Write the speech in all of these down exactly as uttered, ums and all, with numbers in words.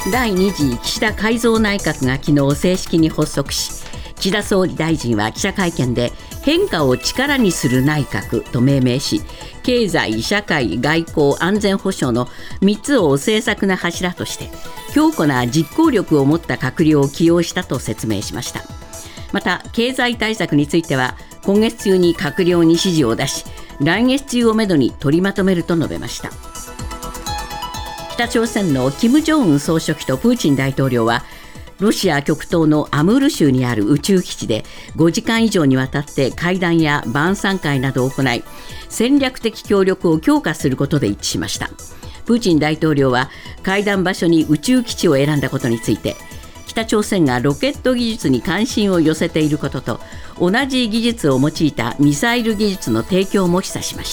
だいに次岸田改造内閣が昨日正式に発足し、岸田総理大臣は記者会見で変化を力にする内閣と命名し、経済、社会、外交、安全保障のみっつを政策の柱として強固な実行力を持った閣僚を起用したと説明しました。また経済対策については今月中に閣僚に指示を出し、来月中をめどに取りまとめると述べました。北朝鮮の金正恩総書記とプーチン大統領はロシア極東のアムール州にある宇宙基地でごじかん以上にわたって会談や晩餐会などを行い、戦略的協力を強化することで一致しました。プーチン大統領は会談場所に宇宙基地を選んだことについて、北朝鮮がロケット技術に関心を寄せていることと同じ技術を用いたミサイル技術の提供も示唆しました。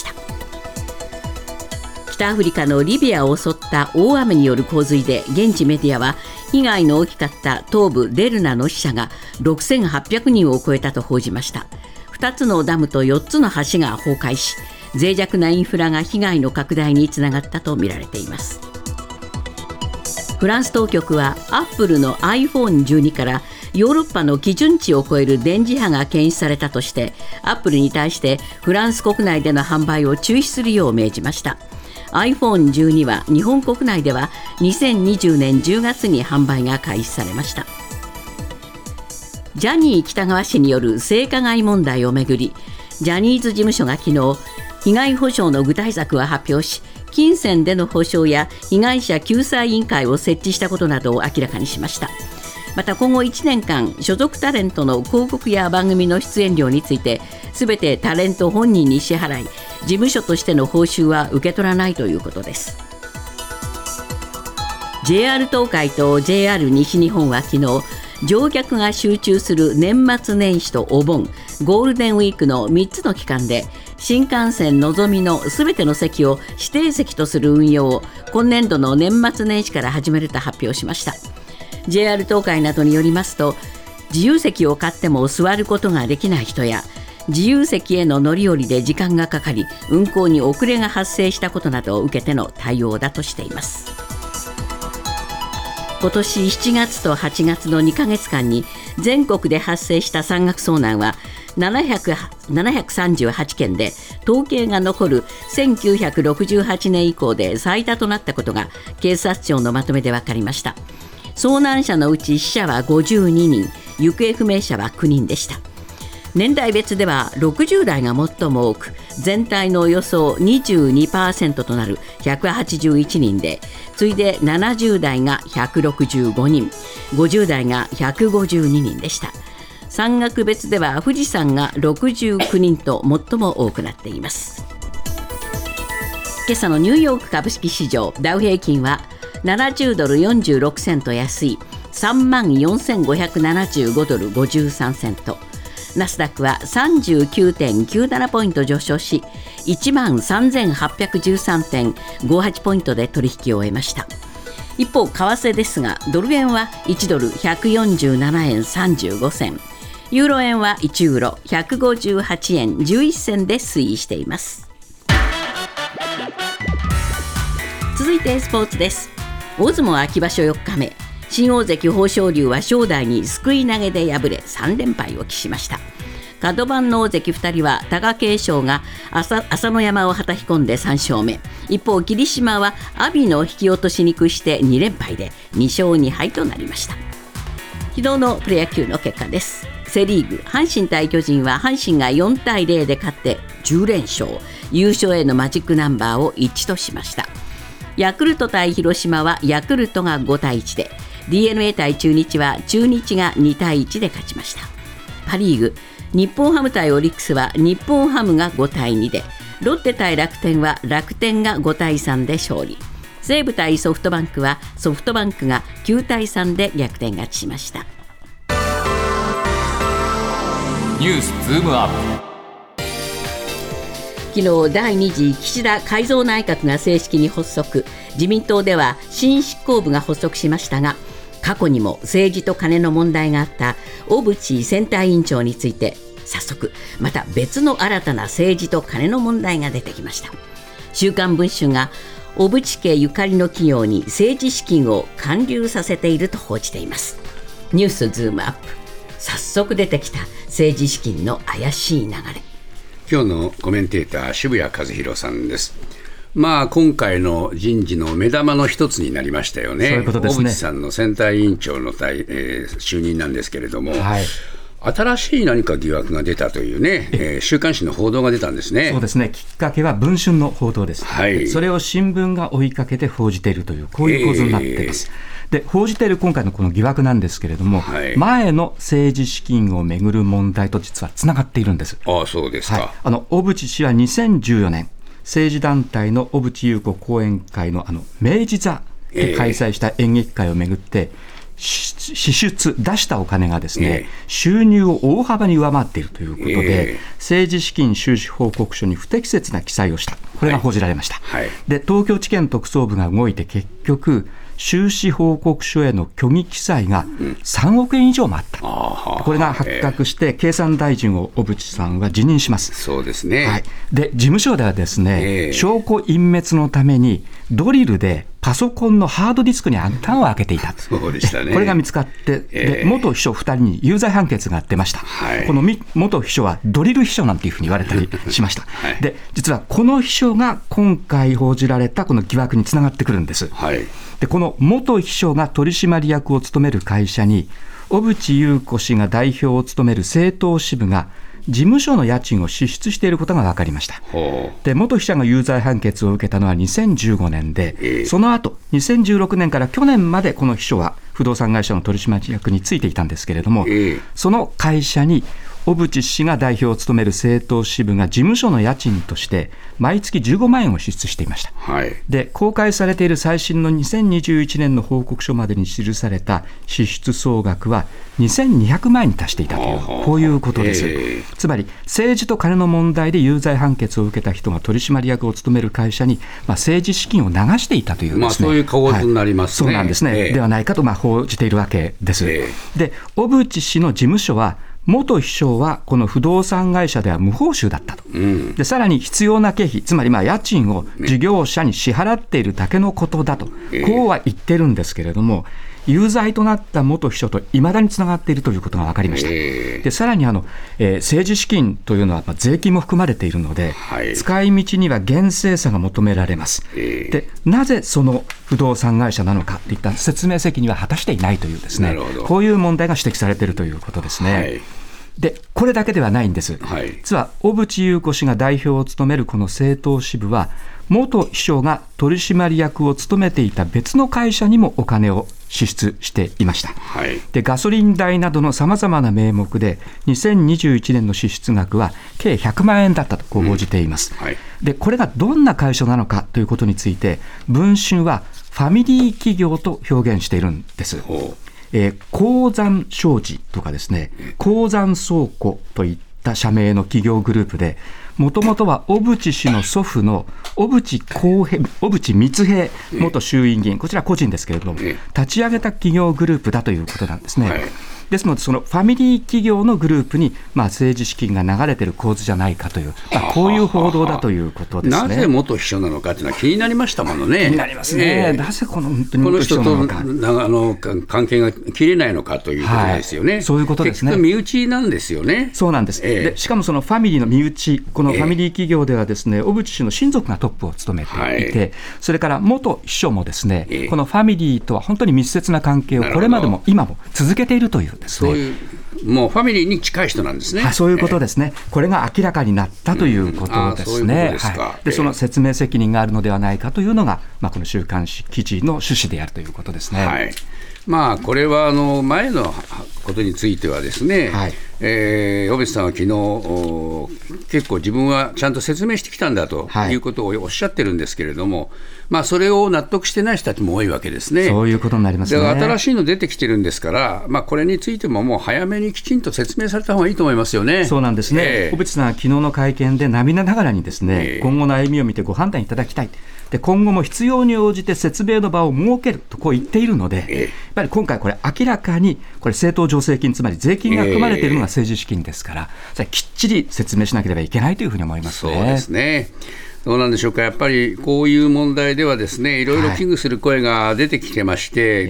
北アフリカのリビアを襲った大雨による洪水で現地メディアは被害の大きかった東部デルナの死者がろくせんはっぴゃくにんを超えたと報じました。ふたつのダムとよっつの橋が崩壊し、脆弱なインフラが被害の拡大につながったとみられています。フランス当局はアップルの アイフォンじゅうに からヨーロッパの基準値を超える電磁波が検出されたとして、アップルに対してフランス国内での販売を中止するよう命じました。アイフォンじゅうに は日本国内ではにせんにじゅうねんじゅうがつに販売が開始されました。ジャニー喜多川氏による性加害問題をめぐり、ジャニーズ事務所が昨日被害補償の具体策を発表し、金銭での補償や被害者救済委員会を設置したことなどを明らかにしました。また今後いちねんかん所属タレントの広告や番組の出演料についてすべてタレント本人に支払い、事務所としての報酬は受け取らないということです。 ジェイアール 東海と ジェイアール 西日本は昨日、乗客が集中する年末年始とお盆、ゴールデンウィークのみっつの期間で新幹線のぞみのすべての席を指定席とする運用を今年度の年末年始から始めると発表しました。 ジェイアール 東海などによりますと、自由席を買っても座ることができない人や自由席への乗り降りで時間がかかり運行に遅れが発生したことなどを受けての対応だとしています。今年しちがつとはちがつのにかげつかんに全国で発生した山岳遭難はななひゃくさんじゅうはちけんで、統計が残るせんきゅうひゃくろくじゅうはちねん以降で最多となったことが警察庁のまとめで分かりました。遭難者のうち死者はごじゅうににん、行方不明者はきゅうにんでした。年代別ではろくじゅうだいが最も多く、全体のおよそ にじゅうにパーセント となるひゃくはちじゅういちにんで、次いでななじゅうだいがひゃくろくじゅうごにん、ごじゅうだいがひゃくごじゅうににんでした。山岳別では富士山がろくじゅうきゅうにんと最も多くなっています。今朝のニューヨーク株式市場、ダウ平均はななじゅうドルよんじゅうろくセント安い さんまんよんせんごひゃくななじゅうごドルごじゅうさんセント、ナスダックは さんじゅうきゅうてんきゅうなな ポイント上昇し いちまんさんぜんはっぴゃくじゅうさんてんごはち ポイントで取引を終えました。一方、為替ですが、ドル円はいちドルひゃくよんじゅうななえんさんじゅうごせん、ユーロ円はいちユーロひゃくごじゅうはちえんじゅういっせんで推移しています。続いてスポーツです。大相撲秋場所よっかめ、新大関豊昇龍は正代にすくい投げで敗れさんれんぱいを喫しました。角番の大関ふたりは貴景勝が 朝, 朝乃山をはたき込んでさんしょうめ、一方霧島は阿炎の引き落としに屈してにれんぱいでにしょうにはいとなりました。昨日のプロ野球の結果です。セリーグ、阪神対巨人は阪神がよんたいゼロで勝ってじゅうれんしょう、優勝へのマジックナンバーをいちとしました。ヤクルト対広島はヤクルトがごたいいちで、 ディーエヌエー 対中日は中日がにたいいちで勝ちました。パリーグ、日本ハム対オリックスは日本ハムがごたいにで、ロッテ対楽天は楽天がごたいさんで勝利、西武対ソフトバンクはソフトバンクがきゅうたいさんで逆転勝ちしました。 ニュースズームアップ。 昨日だいに次岸田改造内閣が正式に発足、自民党では新執行部が発足しましたが、過去にも政治とカネの問題があった小渕選対委員長について早速また別の新たな政治とカネの問題が出てきました。週刊文春が小渕家ゆかりの企業に政治資金を還流させていると報じています。ニュースズームアップ。早速出てきた政治資金の怪しい流れ。 今日のコメンテーター渋谷和弘さんです。まあ、今回の人事の目玉の一つになりましたよね。 そういうことですね。 小渕さんの選対委員長の対、えー、就任なんですけれども、 はい、 新しい何か疑惑が出たというね、えー、週刊誌の報道が出たんですね。 そうですね。きっかけは文春の報道です、 はい、 それを新聞が追いかけて報じているというこういう構図になっています、えー、で報じている今回のこの疑惑なんですけれども、はい、前の政治資金をめぐる問題と実はつながっているんです。 ああ、そうですか。 はい、あの小渕氏はにせんじゅうよねん政治団体の小渕優子後援会のあの明治座で開催した演劇会をめぐって、えー支出出したお金がですね、えー、収入を大幅に上回っているということで、えー、政治資金収支報告書に不適切な記載をした、これが報じられました、はいはい、で東京地検特捜部が動いて結局収支報告書への虚偽記載がさんおくえん以上もあった、うん、これが発覚して経産大臣を小渕さんは辞任します。 そうですね、 はい、で事務所ではですね、えー、証拠隠滅のためにドリルでパソコンのハードディスクに穴を開けていた。 そうでしたね。 これが見つかって、で元秘書ふたりに有罪判決が出ました、はい、この元秘書はドリル秘書なんていうふうに言われたりしました、はい、で実はこの秘書が今回報じられたこの疑惑につながってくるんです、はい、でこの元秘書が取締役を務める会社に小渕優子氏が代表を務める政党支部が事務所の家賃を支出していることが分かりました。で元秘書が有罪判決を受けたのはにせんじゅうごねんで、えー、その後にせんじゅうろくねんから去年までこの秘書は不動産会社の取締役についていたんですけれども、えー、その会社に小渕氏が代表を務める政党支部が事務所の家賃として毎月じゅうごまんえんを支出していました、はい、で公開されている最新のにせんにじゅういちねんの報告書までに記された支出総額はにせんにひゃくまんえんに達していたというこういうことです、えー、つまり政治と金の問題で有罪判決を受けた人が取締役を務める会社に、まあ、政治資金を流していたというですね、 まあ、そういう構図になりますね、 はい、そうなんですね、えー、ではないかとまあ報じているわけです、えー、で小渕氏の事務所は元秘書はこの不動産会社では無報酬だったと、うん、でさらに必要な経費、つまりまあ家賃を事業者に支払っているだけのことだと、ね、こうは言ってるんですけれども、有罪となった元秘書といまだにつながっているということが分かりました。でさらにあの、えー、政治資金というのはまあ税金も含まれているので、はい、使い道には厳正さが求められます。でなぜその不動産会社なのかといった説明責任は果たしていないというですね、こういう問題が指摘されているということですね、はい、でこれだけではないんです、はい、実は小渕優子氏が代表を務めるこの政党支部は元秘書が取締役を務めていた別の会社にもお金を支出していました、はい、でガソリン代などのさまざまな名目でにせんにじゅういちねんの支出額は計ひゃくまんえんだったとこう報じています、うんはい、でこれがどんな会社なのかということについて文春はファミリー企業と表現しているんです。えー、鉱山商事とかですね、鉱山倉庫といった社名の企業グループで、もともとは小渕氏の祖父の小渕公平、小渕光平元衆院議員、こちら個人ですけれども、立ち上げた企業グループだということなんですね。はい、ですのでそのファミリー企業のグループに、まあ、政治資金が流れている構図じゃないかという、まあ、こういう報道だということですね。 なぜ元秘書なのかというのは気になりましたものね。 気になりますね、えー、なぜこの本当に元秘書なのか、 この人とあの関係が切れないのかということですよね、はい、 そういうことですね。 結局身内なんですよね。 そうなんです、えー、でしかもそのファミリーの身内、このファミリー企業ではですね、小渕氏の親族がトップを務めていて、はい、それから元秘書もですね、えー、このファミリーとは本当に密接な関係をこれまでも今も続けているというですね、 そういうもうファミリーに近い人なんですね。 はい、そういうことですね、えー、これが明らかになったということですね。でその説明責任があるのではないかというのが、まあ、この週刊誌記事の趣旨であるということですね。 はい、まあ、これはあの前のことについてはですね、はい、えー、小渕さんは昨日結構自分はちゃんと説明してきたんだということをおっしゃってるんですけれども、はい、まあ、それを納得してない人たちも多いわけですね。 そういうことになりますね。 だから新しいの出てきてるんですから、まあ、これについてももう早めにきちんと説明された方がいいと思いますよね。 そうなんですね、えー、小渕さんは昨日の会見で涙ながらにですね、えー、今後の歩みを見てご判断いただきたい、で今後も必要に応じて説明の場を設けるとこう言っているので、えー、やっぱり今回これ明らかにこれ政党助成金、つまり税金が含まれているのが政治資金ですから、えー、きっちり説明しなければいけないというふうに思いますね。 そうですね。 どうなんでしょうか、やっぱりこういう問題ではですね、いろいろ危惧する声が出てきてまして、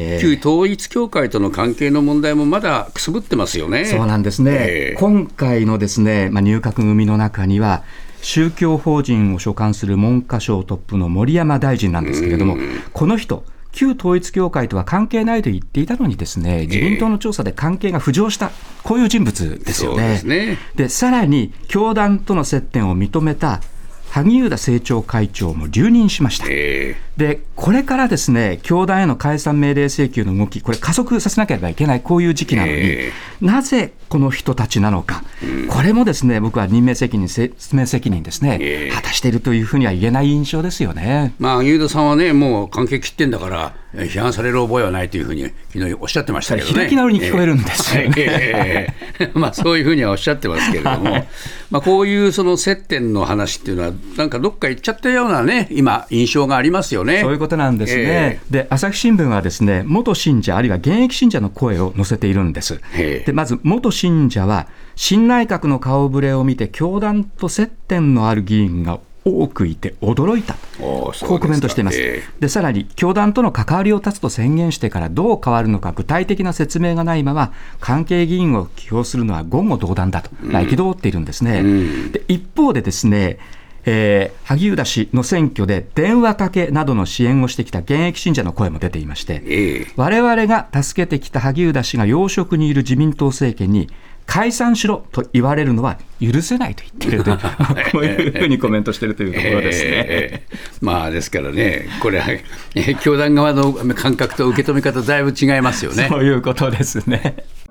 はい、旧統一教会との関係の問題もまだくすぶってますよね。 そうなんですね、えー、今回のですね、まあ、入閣組の中には宗教法人を所管する文科省トップの森山大臣なんですけれども、この人旧統一教会とは関係ないと言っていたのにですね、自民党の調査で関係が浮上した、こういう人物ですよね。そうですね。でさらに教団との接点を認めた萩生田政調会長も留任しました。でこれからですね、教団への解散命令請求の動き、これ加速させなければいけない、こういう時期なのに、えー、なぜこの人たちなのか、うん、これもですね、僕は任命責任、説明責任ですね、えー、果たしているというふうには言えない印象ですよね。 まあ、萩生田さんはね、もう関係切ってんだから批判される覚えはないというふうに昨日おっしゃってましたけどね。 開き直りに聞こえるんですよね。 えーえーまあ、そういうふうにはおっしゃってますけれども、はい、まあ、こういうその接点の話っていうのはなんかどっか行っちゃったようなね、今印象がありますよね。 そういうことなんですね。えー、で朝日新聞はですね、元信者あるいは現役信者の声を載せているんです。でまず元信者は、新内閣の顔ぶれを見て教団と接点のある議員が多くいて驚いた、こうコメントしています。えー、でさらに教団との関わりを断つと宣言してからどう変わるのか具体的な説明がないまま関係議員を起用するのは言語道断だと憤っているんですね。うん、で一方でですね、えー、萩生田氏の選挙で電話かけなどの支援をしてきた現役信者の声も出ていまして、えー、我々が助けてきた萩生田氏が要職にいる自民党政権に解散しろと言われるのは許せないと言っているとこういうふうにコメントしているというところですね。 えー、まあですからね、これは教団側の感覚と受け止め方だいぶ違いますよね。 そういうことですね。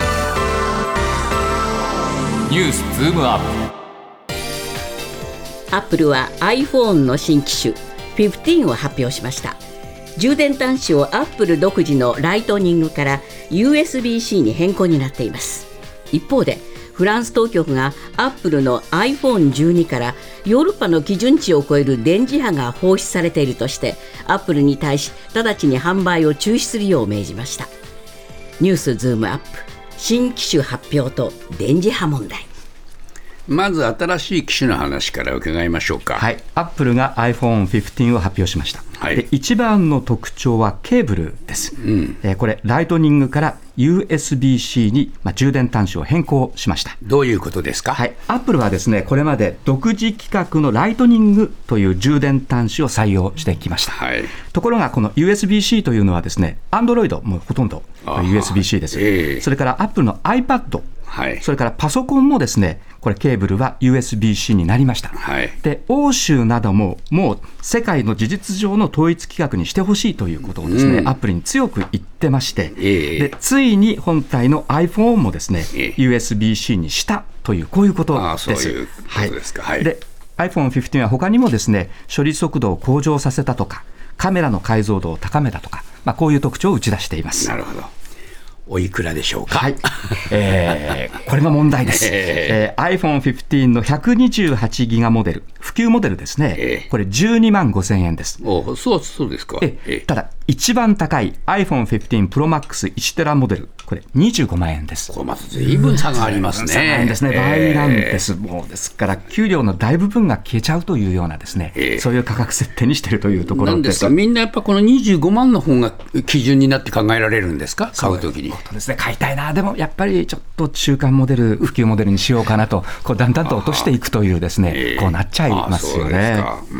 ニュースズームアップ。 アップルは iPhone の新機種じゅうごを発表しました。充電端子をアップル独自のライトニングから ユーエスビーシー に変更になっています。一方でフランス当局がアップルの アイフォンじゅうに からヨーロッパの基準値を超える電磁波が放出されているとしてアップルに対し直ちに販売を中止するよう命じました。ニュースズームアップ、新機種発表と電磁波問題。 まず新しい機種の話から伺いましょうか。 はい、アップルが アイフォンじゅうごを発表しました。はい、で一番の特徴はケーブルです。うん、えー、これライトニングから ユーエスビーシー に、まあ、充電端子を変更しました。 どういうことですか。 はい、アップルはですね、これまで独自規格のライトニングという充電端子を採用してきました。はい、ところがこの ユーエスビーシー というのはですね、Android もほとんど ユーエスビーシー です。えー、それからアップルの iPad、はい、それからパソコンもですね、これケーブルは ユーエスビーシー になりました。はい、で欧州などももう世界の事実上の統一規格にしてほしいということをですね、うん、アップルに強く言ってまして、えー、でついに本体の iPhone もですね、えー、ユーエスビーシー にしたというこういうことです。あ、そういうことですか。はい、で アイフォンじゅうご は他にもですね、処理速度を向上させたとかカメラの解像度を高めたとか、まあ、こういう特徴を打ち出しています。 なるほど。おいくらでしょうか。 はい、えー、これが問題です。えー、アイフォンじゅうご のひゃくにじゅうはちギガモデル、普及モデルですね、えー、これじゅうにまんごせんえんです。 お、そうそうですか。 えー、ただ一番高い アイフォンじゅうご プロマックスいちテラモデル、これにじゅうごまんえんです。 これまた随分差がありますね。差があるんですね。 倍なんです。もうですから給料の大部分が消えちゃうというようなですね、えー、そういう価格設定にしているというところです。 なんですか。みんなやっぱこのにじゅうごまんの方が基準になって考えられるんですか、買うときに。 そういうことですね。買いたいな。でもやっぱりちょっと中間モデル、普及モデルにしようかなと、こうだんだんと落としていくというですね、えー、こうなっちゃいますよね。 あ、そうですか。うん、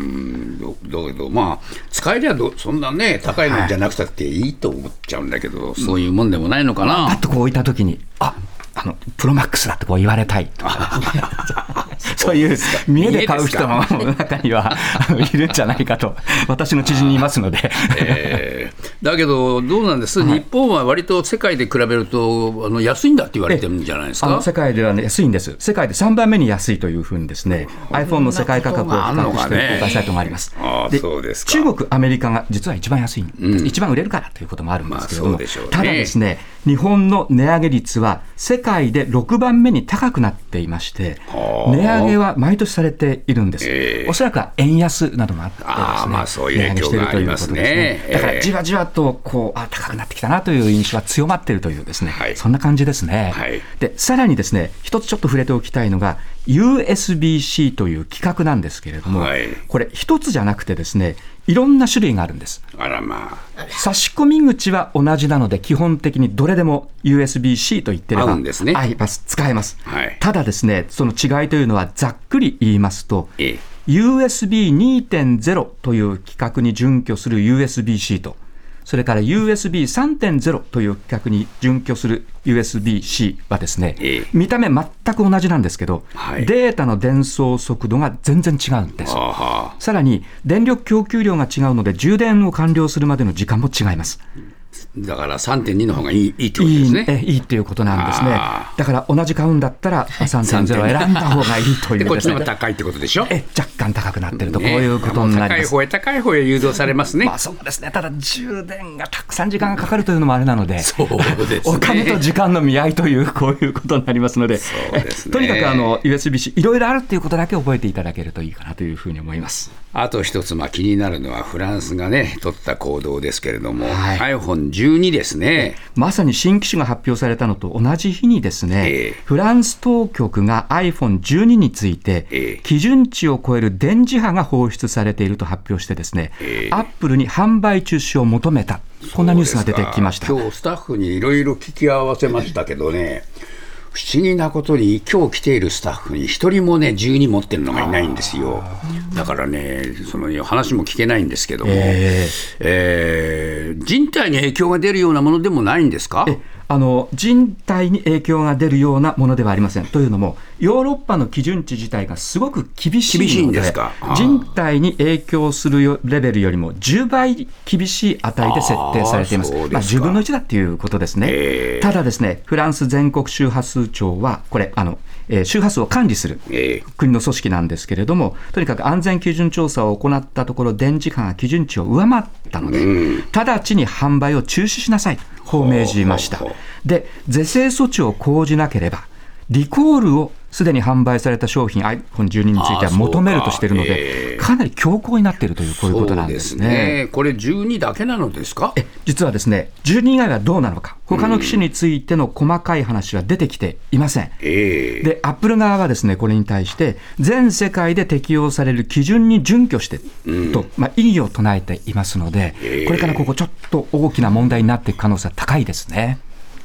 だけどまあ使えりゃどそんなね高いのじゃなくたっていいと思っちゃうんだけど、はい、そういうもんでもないのかな。 パッとこう置いたときに、あ、あのプロマックスだってこう言われたいそういう見栄で買う人も中にはいるんじゃないかと私の知人にいますので、 えー、だけどどうなんです、はい、日本は割と世界で比べるとあの安いんだって言われてるんじゃないですか。 あの世界では、ね、安いんです。世界でさんばんめに安いというふうにですね、 iPhone の世界価格を比較して公開サイトがあります。 あ、 でそうですか。 中国アメリカが実は一番安い、うん、一番売れるからということもあるんですけれども、まあそうでしょうね、ただですね、日本の値上げ率は世界でろくばんめに高くなっていまして、値上げは毎年されているんです。えー、おそらくは円安などもあってですね、 あ、まあ、そういう影響がありますね。 だからじわじわとこう、あ、高くなってきたなという印象は強まっているというですね、はい、そんな感じですね。はい、でさらにですね、一つちょっと触れておきたいのがユーエスビーシー という規格なんですけれども、 はい、 これ一つじゃなくてですね、いろんな種類があるんです。 あらまあ、 差し込み口は同じなので基本的にどれでも ユーエスビーシー と言ってれば合うんですね。 合います、使えます、 はい、 ただですね、その違いというのはざっくり言いますと、 ええ、 ユーエスビーにてんゼロ という規格に準拠する ユーエスビーシー と、それから ユーエスビーさんてんゼロ という規格に準拠する ユーエスビーシー はですね、ええ、見た目全く同じなんですけど、はい、データの伝送速度が全然違うんです。さらに電力供給量が違うので充電を完了するまでの時間も違います。 だから さんてんに の方がいい、いいってことですね。 いい、えいいっていうことなんですね。だから同じ買うんだったら さんてんゼロ を選んだ方がいいという、ね、 でこっちの方が高いってことでしょ。 え若干高くなってると、こういうことになります。 高い方へ高い方へ誘導されますね。 まあそうですね。ただ充電がたくさん時間がかかるというのもあれなので、 そうですね、 お金と時間の見合いというこういうことになりますので、 そうですね、 とにかくあの ユーエスビーシー いろいろあるということだけ覚えていただけるといいかなというふうに思います。 あと一つ、まあ、気になるのはフランスがね取った行動ですけれども、はい、アイフォンじゅうに ですね。 まさに新機種が発表されたのと同じ日にですね、えー、フランス当局が アイフォンじゅうに について、えー、基準値を超える電磁波が放出されていると発表してですね、えー、アップルに販売中止を求めた、こんなニュースが出てきました。 今日スタッフにいろいろ聞き合わせましたけどね、不思議なことに今日来ているスタッフに一人もねじゅうに持ってるのがいないんですよ。だからね、その話も聞けないんですけども、えーえー、人体に影響が出るようなものでもないんですか？ えあの人体に影響が出るようなものではありません。というのもヨーロッパの基準値自体がすごく厳しいので、 厳しいんですか？ 人体に影響するレベルよりもじゅうばい厳しい値で設定されています。まあ、じゅうぶんのいちだということですね、えー、ただですね、フランス全国周波数庁はこれあの、えー、周波数を管理する国の組織なんですけれども、とにかく安全基準調査を行ったところ電磁波が基準値を上回ったので、うん、直ちに販売を中止しなさいとこう命じました。で、是正措置を講じなければリコールをすでに販売された商品 アイフォンじゅうに については求めるとしているので、えー、かなり強硬になっているというこういうことなんですね。 そうですね。これじゅうにだけなのですか？ え実はですね、じゅうに以外はどうなのか、他の機種についての細かい話は出てきていません、えー、でアップル側はですね、これに対して全世界で適用される基準に準拠してと、うん、まあ、異議を唱えていますので、えー、これからここちょっと大きな問題になっていく可能性は高いですね。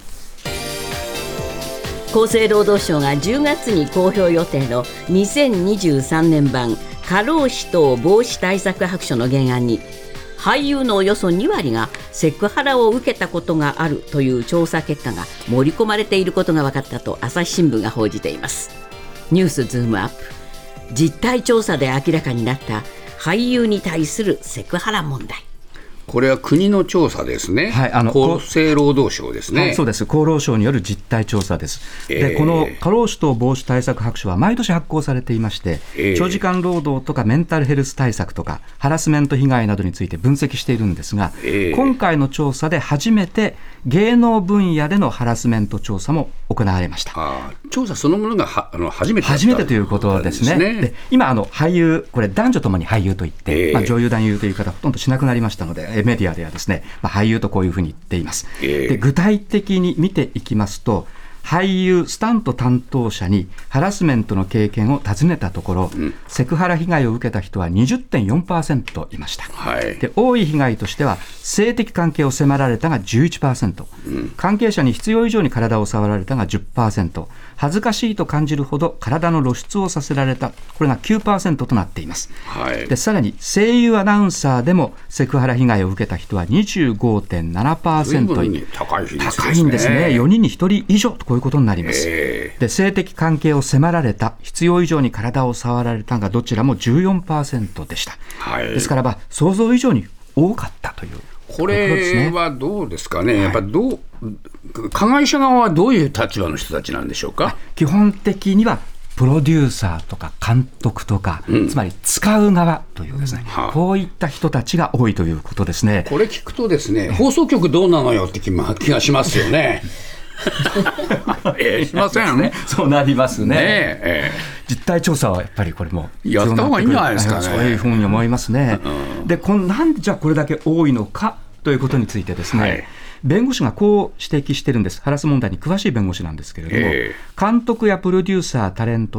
厚生労働省がじゅうがつに公表予定のにせんにじゅうさんねん版過労死等防止対策白書の原案に、俳優のおよそにわりがセクハラを受けたことがあるという調査結果が盛り込まれていることが分かったと朝日新聞が報じています。ニュースズームアップ、実態調査で明らかになった俳優に対するセクハラ問題。 これは国の調査ですね、はい、あの厚生労働省ですね、 はい、そうです。厚労省による実態調査です、えー、でこの過労死等防止対策白書は毎年発行されていまして、えー、長時間労働とかメンタルヘルス対策とかハラスメント被害などについて分析しているんですが、えー、今回の調査で初めて芸能分野でのハラスメント調査も行われました。 あ、調査そのものがはあの初めてだった初めてということですね。で今あの俳優、これ男女ともに俳優といって、えーまあ、女優男優という言い方ほとんどしなくなりましたので、メディアではですね、まあ、俳優とこういうふうに言っています、えー、で具体的に見ていきますと、俳優スタント担当者にハラスメントの経験を尋ねたところ、うん、セクハラ被害を受けた人は にじゅってんよんパーセント いました、はい、で多い被害としては性的関係を迫られたが じゅういちパーセント、うん、関係者に必要以上に体を触られたが じゅっパーセント、恥ずかしいと感じるほど体の露出をさせられた、これが きゅうパーセント となっています、はい、でさらに声優アナウンサーでもセクハラ被害を受けた人は にじゅうごてんななパーセント、 高いですね。 高いんですね。よにんにひとり以上とこういうことになります、えー、で性的関係を迫られた、必要以上に体を触られたがどちらも じゅうよんパーセント でした、はい、ですからば想像以上に多かったというこれはどうですかね、やっぱどう、加害者側はどういう立場の人たちなんでしょうか。 基本的にはプロデューサーとか監督とか、うん、つまり使う側というですね、うん、こういった人たちが多いということですね。 これ聞くとですね、放送局どうなのよって気がしますよねえー、しませんね。 そうなりますね。ねえー、実態調査はやっぱりこれもやった方がいいんじゃないですかね。 そういうふうに思いますね、うん、でこのなんでじゃあこれだけ多いのかということについてですね、はい、弁護士がこう指摘してるんです。ハラス問題に詳しい弁護士なんですけれども、えー、監督やプロデューサータレントの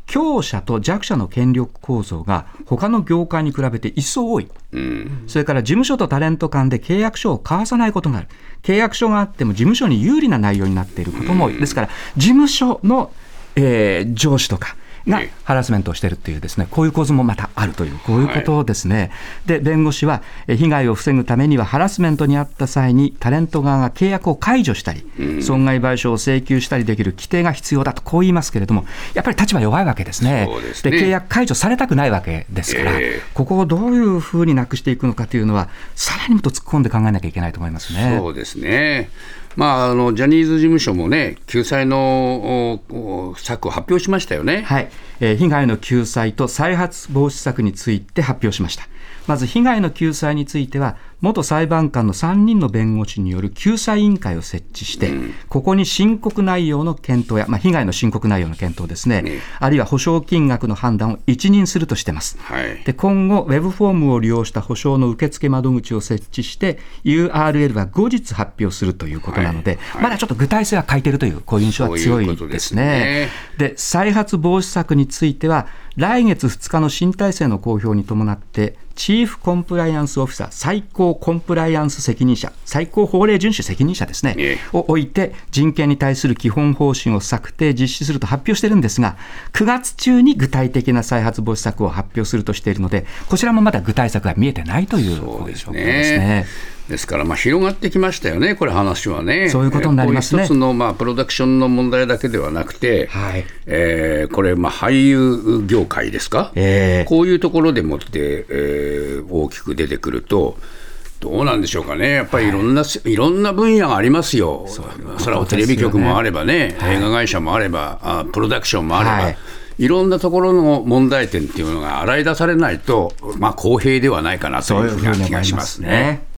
強者と弱者の権力構造が他の業界に比べて一層多い、うん、それから事務所とタレント間で契約書を交わさないことがある。契約書があっても事務所に有利な内容になっていることも多い。ですから事務所の、えー、上司とかがハラスメントをしているというですね、こういう構図もまたあるという、こういうことですね。で、弁護士は被害を防ぐためにはハラスメントにあった際にタレント側が契約を解除したり、うん、損害賠償を請求したりできる規定が必要だとこう言いますけれども、やっぱり立場弱いわけですね。 そうですね。 で、契約解除されたくないわけですから、えー、ここをどういうふうになくしていくのかというのはさらにもっと突っ込んで考えなきゃいけないと思いますね。 そうですね。まあ、あのジャニーズ事務所もね、救済の策を発表しましたよね。 はい、えー、被害の救済と再発防止策について発表しました。まず被害の救済については、元裁判官のさんにんの弁護士による救済委員会を設置して、うん、ここに申告内容の検討や、まあ、被害の申告内容の検討ですね、ね、あるいは補償金額の判断を一任するとしています、はい、で今後ウェブフォームを利用した補償の受付窓口を設置して ユーアールエル は後日発表するということなので、はいはい、まだちょっと具体性は欠いているという、こういう印象は強いですね。で、再発防止策については来月ふつかの新体制の公表に伴ってチーフコンプライアンスオフィサー、最高コンプライアンス責任者、最高法令遵守責任者ですね、ええを置いて人権に対する基本方針を策定実施すると発表しているんですが、くがつ中に具体的な再発防止策を発表するとしているので、こちらもまだ具体策が見えてないという状況ですね。 ですからまあ広がってきましたよね、これ話はね。 そういうことになりますね。 こういう一つのまあプロダクションの問題だけではなくて、はい、えー、これまあ俳優業界ですか、えー、こういうところでもって、えー、大きく出てくるとどうなんでしょうかね。やっぱりいろんな、はい、いろんな分野がありますよ。そ, それはテレビ局もあればね、はい、映画会社もあれば、あプロダクションもあれば、はい、いろんなところの問題点っていうのが洗い出されないと、まあ、公平ではないかなというふうな気がしますね。